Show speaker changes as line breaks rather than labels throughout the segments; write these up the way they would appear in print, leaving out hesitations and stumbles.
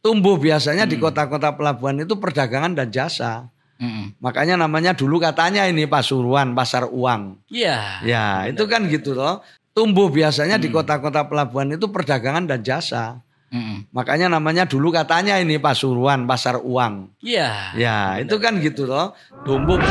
tumbuh biasanya di kota-kota pelabuhan itu perdagangan dan jasa. Makanya namanya dulu katanya ini Pasuruan, pasar uang.
Iya.
Ya, itu kan gitu loh. Tumbuh biasanya di kota-kota pelabuhan itu perdagangan dan jasa. Makanya namanya dulu katanya ini Pasuruan, pasar uang.
Iya.
Ya, itu kan gitu loh. Tumbuh.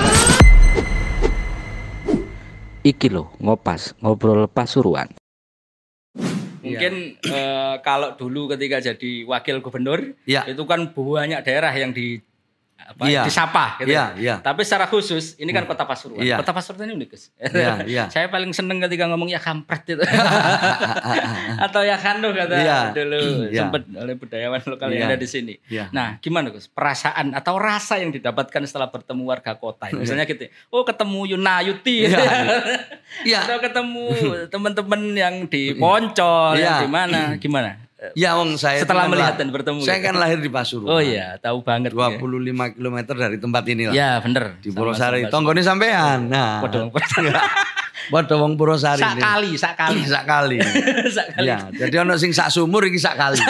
Iki loh, ngopas, ngobrol Pasuruan.
Mungkin kalau dulu ketika jadi wakil gubernur, itu kan banyak daerah yang disapa gitu. Tapi secara khusus ini kan Kota Pasuruan. Kota Pasuruan ini unik, Gus. Saya paling seneng ketika ngomong ya kampret itu. Atau ya kanu kata dulu sempat oleh budayawan lokal yang ada di sini. Nah, gimana Gus? Perasaan atau rasa yang didapatkan setelah bertemu warga kota. Misalnya gitu. Oh, ketemu Yunayuti. Atau ketemu teman-teman yang di Poncol, yang di mana? Gimana?
Ya, saya
setelah melihat dan bertemu.
Saya kan lahir di Pasuruan.
Oh iya, tahu banget.
25 km dari tempat ini lah.
Ya, bener.
Di Purwosari. Tonggone sampean. Nah. Padha wong Purwosari. Sakali. Ya, jadi ono sing sak sumur iki sakali.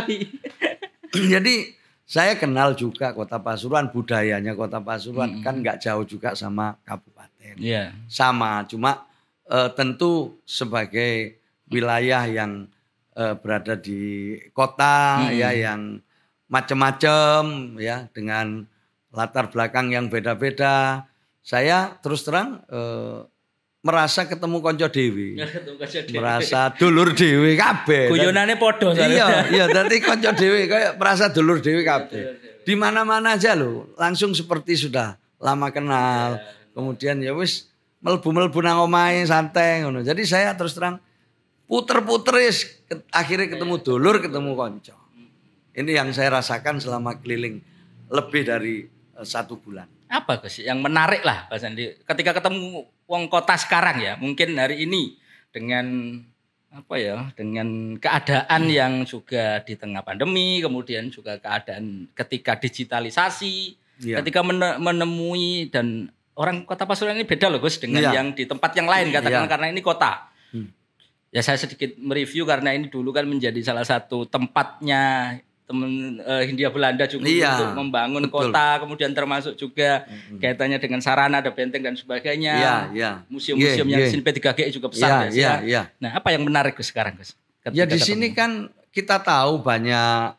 Jadi saya kenal juga Kota Pasuruan, budayanya Kota Pasuruan kan enggak jauh juga sama kabupaten.
Iya.
Sama, cuma tentu sebagai wilayah yang berada di kota ya yang macam-macam ya dengan latar belakang yang beda-beda. Saya terus terang merasa ketemu konco dewi. Merasa dulur dewi kabeh.
Guyonane padha.
Iya, dadi konco dewi kayak merasa dulur dewi kabeh. Di mana-mana aja loh, langsung seperti sudah lama kenal. Kemudian ya wis mlebu-mlebu nang omahe santai ngono. Jadi saya terus terang puter-puter akhirnya ketemu dulur, ketemu konco. Ini yang saya rasakan selama keliling lebih dari 1 bulan.
Apa Gus yang menarik lah Pak Sandi ketika ketemu wong kota sekarang ya, mungkin hari ini dengan dengan keadaan yang juga di tengah pandemi, kemudian juga keadaan ketika digitalisasi, ketika menemui dan orang Kota Pasuruan ini beda loh Gus dengan yang di tempat yang lain katakan karena ini kota. Ya saya sedikit mereview karena ini dulu kan menjadi salah satu tempatnya teman Hindia Belanda juga untuk membangun kota, kemudian termasuk juga kaitannya dengan sarana, ada benteng dan sebagainya. Museum-museum yang di sini P3GI juga besar. Nah, apa yang menarik Gus sekarang Gus?
Ya di sini kan kita tahu banyak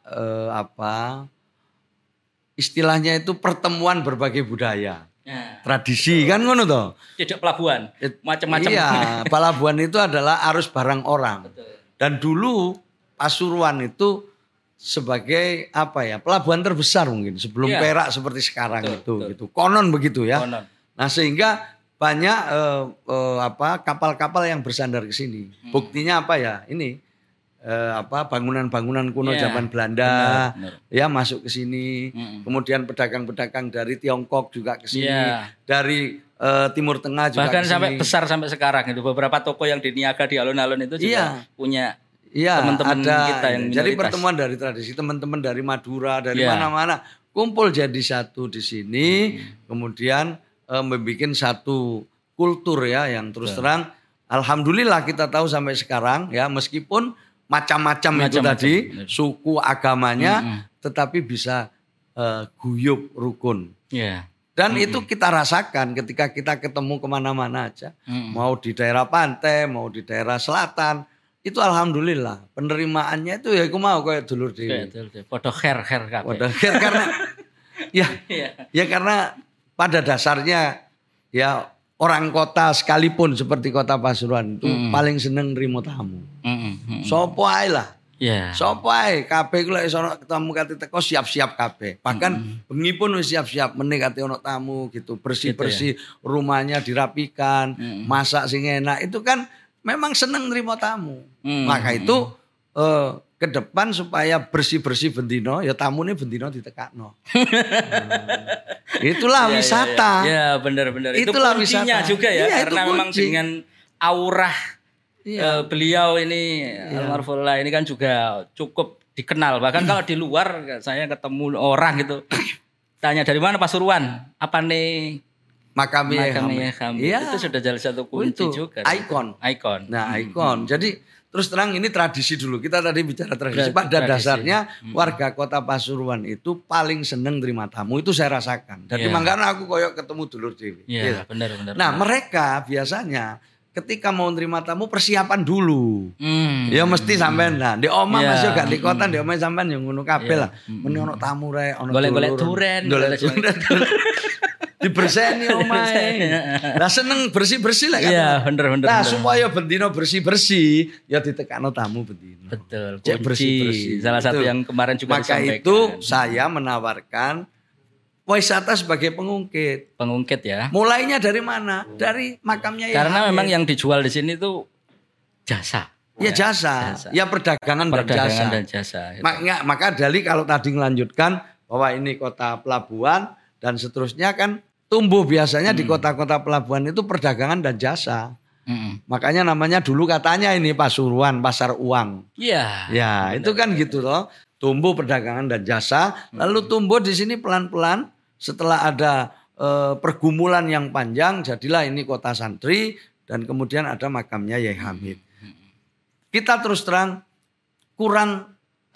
istilahnya itu pertemuan berbagai budaya. Tradisi kan ngono toh.
Tidak pelabuhan, macam-macam.
Iya, pelabuhan itu adalah arus barang orang. Betul. Dan dulu Pasuruan itu sebagai pelabuhan terbesar mungkin sebelum Perak seperti sekarang gitu. Konon begitu ya. Konon. Nah, sehingga banyak kapal-kapal yang bersandar ke sini. Buktinya ini bangunan-bangunan kuno zaman Belanda benar. Masuk ke sini. Kemudian pedagang-pedagang dari Tiongkok juga ke sini. Dari Timur Tengah juga
bahkan
ke sini.
Sampai besar sampai sekarang itu beberapa toko yang di niaga di alun-alun itu juga punya teman-teman kita yang minoritas.
Jadi pertemuan dari tradisi teman-teman dari Madura dari mana-mana kumpul jadi satu di sini. Kemudian membuat satu kultur yang terus terang alhamdulillah kita tahu sampai sekarang meskipun macam-macam itu tadi suku agamanya tetapi bisa guyup rukun. Dan itu kita rasakan ketika kita ketemu kemana-mana aja. Mau di daerah pantai, mau di daerah selatan. Itu alhamdulillah penerimaannya itu aku mau kayak dulur dewe.
Podo kher kabeh.
Podo kher karena karena pada dasarnya orang kota sekalipun seperti Kota Pasuruan itu paling seneng nrimo tamu. Sopo ae lah. Sopo ae kabeh ku lek iso ketemu kate teko siap-siap kabeh. Bahkan bengi pun wis siap-siap meneh kate ono tamu gitu, bersih-bersih rumahnya dirapikan, masak sing enak. Itu kan memang seneng nrimo tamu. Maka itu ke depan supaya bersih-bersih bendino tamune bendino ditekakno. Itulah wisata.
Ya, benar-benar.
Itulah
itu kuncinya
wisata
juga ya karena memang dengan aura beliau ini almarhumullah ini kan juga cukup dikenal. Bahkan kalau di luar saya ketemu orang gitu tanya dari mana Pasuruan? Apa nih makamnya kami. Itu sudah jadi satu kunci juga.
Ikon. Nah, ikon. Jadi terus terang ini tradisi dulu. Kita tadi bicara tradisi. Pada dasarnya warga Kota Pasuruan itu paling seneng terima tamu. Itu saya rasakan. Jadi makanya aku koyok ketemu dulur dewi.
Iya, benar.
Nah, mereka biasanya ketika mau terima tamu persiapan dulu. Ya mesti sampean lah. Di omah masih gak di kota, di omah sampean yang ngono kabeh lah. Meni ono tamu rek, ono
golek-golek duren.
Dibersihni omahe. Lah seneng bersih-bersih lah kan.
Iya, bener.
Nah, supaya bendino bersih-bersih, ya ditekakno tamu bendino.
Betul.
Cek bersih-bersih.
Salah satu yang kemarin juga
maka
disampaikan.
itu saya menawarkan wisata sebagai pengungkit.
Pengungkit ya.
Mulainya dari mana? Dari makamnya Yai
Karena
Hamid.
memang yang dijual di sini tuh jasa.
Ya jasa. Ya perdagangan dan
jasa. Gitu.
Maka Dali kalau tadi melanjutkan bahwa ini kota pelabuhan dan seterusnya kan tumbuh biasanya di kota-kota pelabuhan itu perdagangan dan jasa. Makanya namanya dulu katanya ini Pasuruan, pasar uang.
Iya.
Ya, itu kan gitu loh. Tumbuh perdagangan dan jasa, lalu tumbuh di sini pelan-pelan setelah ada pergumulan yang panjang, jadilah ini kota santri dan kemudian ada makamnya Yai Hamid. Kita terus terang kurang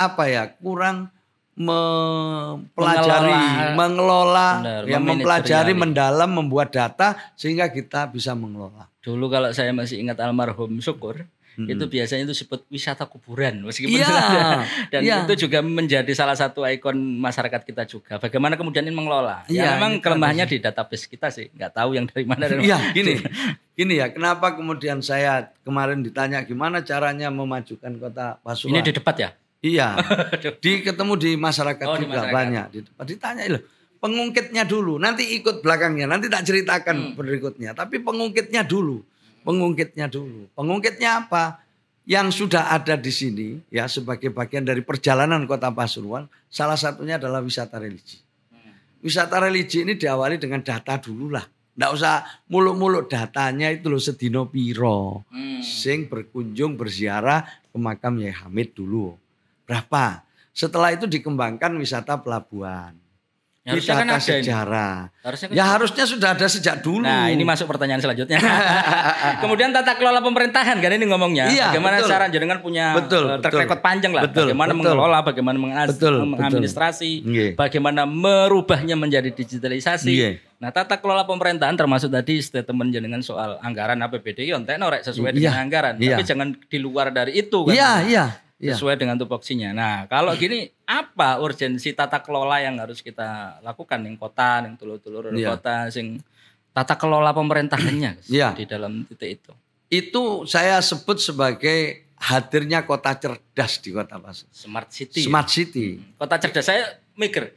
mempelajari, mengelola, mempelajari, mendalam, membuat data sehingga kita bisa mengelola.
Dulu kalau saya masih ingat almarhum Syukur, itu biasanya itu disebut wisata kuburan meskipun dan itu juga menjadi salah satu ikon masyarakat kita juga. Bagaimana kemudian ini mengelola? Ya memang kelemahannya di database kita sih, nggak tahu yang dari mana.
Iya, gini ya. Kenapa kemudian saya kemarin ditanya gimana caranya memajukan kota Pasuruan?
Ini di debat ya?
Iya, ketemu di masyarakat juga banyak. Ditanya loh, pengungkitnya dulu, nanti ikut belakangnya, nanti tak ceritakan berikutnya. Tapi pengungkitnya dulu. Pengungkitnya apa? Yang sudah ada di sini ya sebagai bagian dari perjalanan kota Pasuruan, salah satunya adalah wisata religi. Wisata religi ini diawali dengan data dulu lah. Nggak usah muluk-muluk datanya itu loh sedino piro. Sing berkunjung berziarah ke makam Yai Hamid dulu. Berapa? Setelah itu dikembangkan wisata pelabuhan. Wisata kan sejarah. Harusnya sudah ada sejak dulu.
Nah, ini masuk pertanyaan selanjutnya. Kemudian tata kelola pemerintahan kan ini ngomongnya. Bagaimana cara jenengan punya track record panjang lah. Bagaimana mengelola, bagaimana mengadministrasi, bagaimana merubahnya menjadi digitalisasi. Nah, tata kelola pemerintahan termasuk tadi statement jenengan soal anggaran APBD yontekno rek sesuai dengan anggaran. Tapi jangan di luar dari itu kan. Sesuai dengan tupoksinya. Nah, kalau gini, apa urgensi tata kelola yang harus kita lakukan yang kota, yang tulur-tulur kota, sing tata kelola pemerintahannya di dalam titik itu?
Itu saya sebut sebagai hadirnya kota cerdas di kota Pasuruan.
Smart City.
Smart City.
Kota cerdas saya mikir,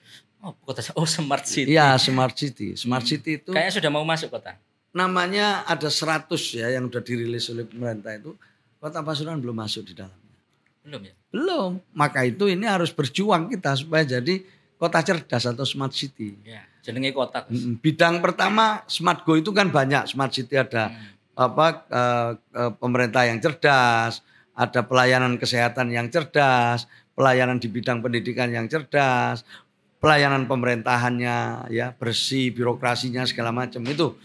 Smart City.
Iya, Smart City. Smart City itu
kayaknya sudah mau masuk kota.
Namanya ada 100 ya yang sudah dirilis oleh pemerintah itu. Kota Pasuruan belum masuk di dalam.
Belum ya?
Belum. Maka itu ini harus berjuang kita supaya jadi kota cerdas atau smart city.
Ya, jenenge kota.
Bidang pertama smart go itu kan banyak. Smart city ada pemerintah yang cerdas, ada pelayanan kesehatan yang cerdas, pelayanan di bidang pendidikan yang cerdas, pelayanan pemerintahannya ya bersih, birokrasinya segala macam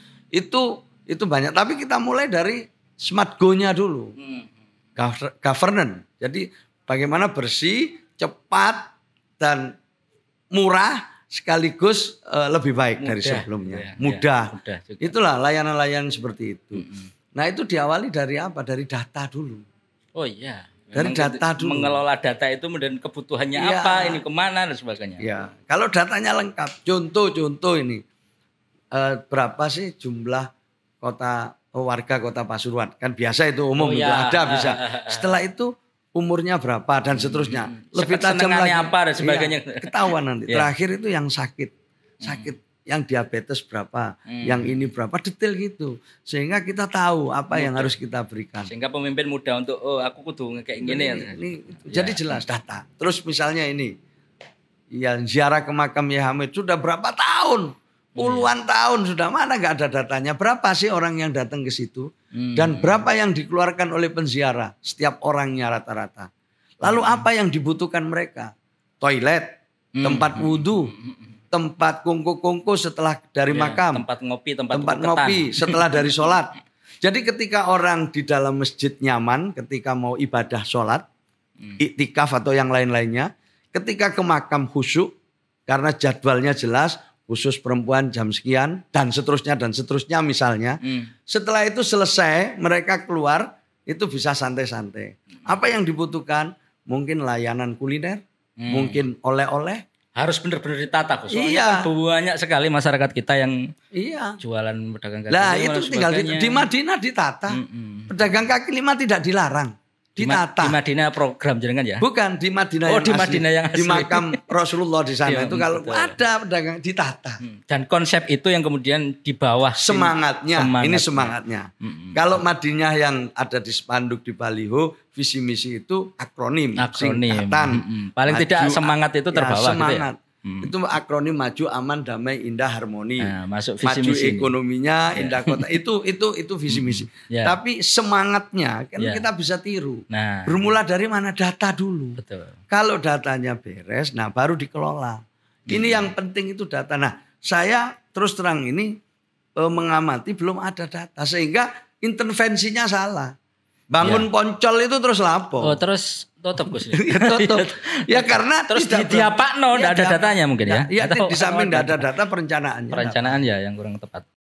itu banyak. Tapi kita mulai dari smart go-nya dulu. Governance. Jadi bagaimana bersih, cepat dan murah sekaligus lebih baik dari sebelumnya. Mudah. Itulah layanan-layanan seperti itu. Nah, itu diawali dari apa? Dari data dulu.
Oh iya.
Dari data dulu.
Mengelola data itu dan kebutuhannya apa, ini kemana dan sebagainya.
Ya, kalau datanya lengkap. Contoh ini. Berapa sih jumlah warga kota Pasuruan? Kan biasa itu umum itu ada bisa. Setelah itu umurnya berapa dan seterusnya. Lebih tajam lagi
apa dan sebagainya.
Ketahuan nanti. Terakhir itu yang sakit, yang diabetes berapa, yang ini berapa, detail gitu. Sehingga kita tahu apa yang harus kita berikan.
Sehingga pemimpin mudah untuk aku kudu kayak gini ya.
Jadi jelas data. Terus misalnya ini, yang ziarah ke makam Yai Hamid sudah berapa tahun? Puluhan tahun sudah, mana nggak ada datanya. Berapa sih orang yang datang ke situ? Dan berapa yang dikeluarkan oleh penziarah? Setiap orangnya rata-rata. Lalu apa yang dibutuhkan mereka? Toilet, tempat wudhu, tempat kungku-kungku setelah dari makam.
Tempat ngopi,
tempat ngopi setelah dari sholat. Jadi ketika orang di dalam masjid nyaman, ketika mau ibadah sholat, iktikaf atau yang lain-lainnya, ketika ke makam khusyuk, karena jadwalnya jelas, khusus perempuan jam sekian, dan seterusnya misalnya. Setelah itu selesai, mereka keluar, itu bisa santai-santai. Apa yang dibutuhkan? Mungkin layanan kuliner, mungkin oleh-oleh.
Harus benar-benar ditata. Soalnya kan banyak sekali masyarakat kita yang jualan pedagang kaki
Lah
lima
itu
dan
tinggal
sebagainya.
di Madinah ditata. Pedagang kaki lima tidak dilarang. Ditata.
Di Madinah program jenengan ya?
Bukan di Madinah
di Madinah yang asli.
Di makam Rasulullah di sana itu kalau
betul.
ada pedagang ditata.
Dan konsep itu yang kemudian di bawah
Semangatnya. Ini semangatnya. Kalau Madinah yang ada di spanduk di baliho, visi misi itu akronim. Singkatan.
Paling
maju,
tidak semangat itu terbawa
semangat.
gitu ya?
Itu akronim maju, aman, damai, indah, harmoni.
Nah, masuk visi
maju
misi
ekonominya, indah kota. Itu visi misi. Tapi semangatnya kan kita bisa tiru.
Nah,
bermula dari mana? Data dulu.
betul.
Kalau datanya beres, nah baru dikelola. Ini yang penting itu data. Nah, saya terus terang ini mengamati belum ada data sehingga intervensinya salah. Bangun Poncol itu terus lapo.
Oh, terus tutup Gus.
Ya tutup. Ya karena
terus diapakno enggak ada datanya mungkin ya.
Iya, di samping enggak ada data perencanaannya.
Perencanaan ya yang kurang tepat.